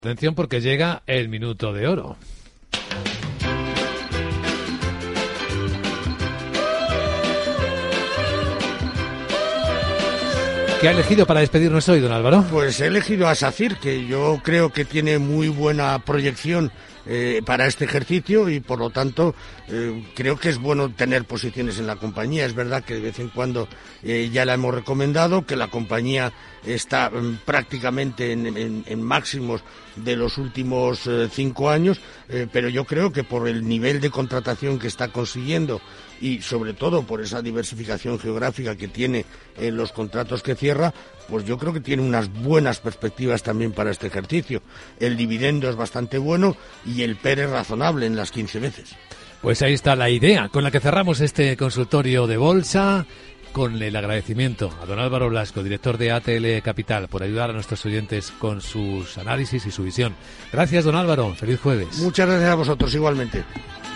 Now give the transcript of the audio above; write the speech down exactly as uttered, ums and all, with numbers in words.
Atención porque llega el minuto de oro. ¿Qué ha elegido para despedirnos hoy, don Álvaro? Pues he elegido a Sacir, que yo creo que tiene muy buena proyección eh, para este ejercicio y por lo tanto eh, creo que es bueno tener posiciones en la compañía. Es verdad que de vez en cuando eh, ya la hemos recomendado, que la compañía está eh, prácticamente en, en, en máximos de los últimos eh, cinco años, eh, pero yo creo que por el nivel de contratación que está consiguiendo y sobre todo por esa diversificación geográfica que tiene en los contratos que cierra, pues yo creo que tiene unas buenas perspectivas también para este ejercicio. El dividendo es bastante bueno y el P E R es razonable en las quince veces. Pues ahí está la idea con la que cerramos este consultorio de bolsa, con el agradecimiento a don Álvaro Blasco, director de A T L Capital, por ayudar a nuestros oyentes con sus análisis y su visión. Gracias, don Álvaro. Feliz jueves. Muchas gracias a vosotros igualmente.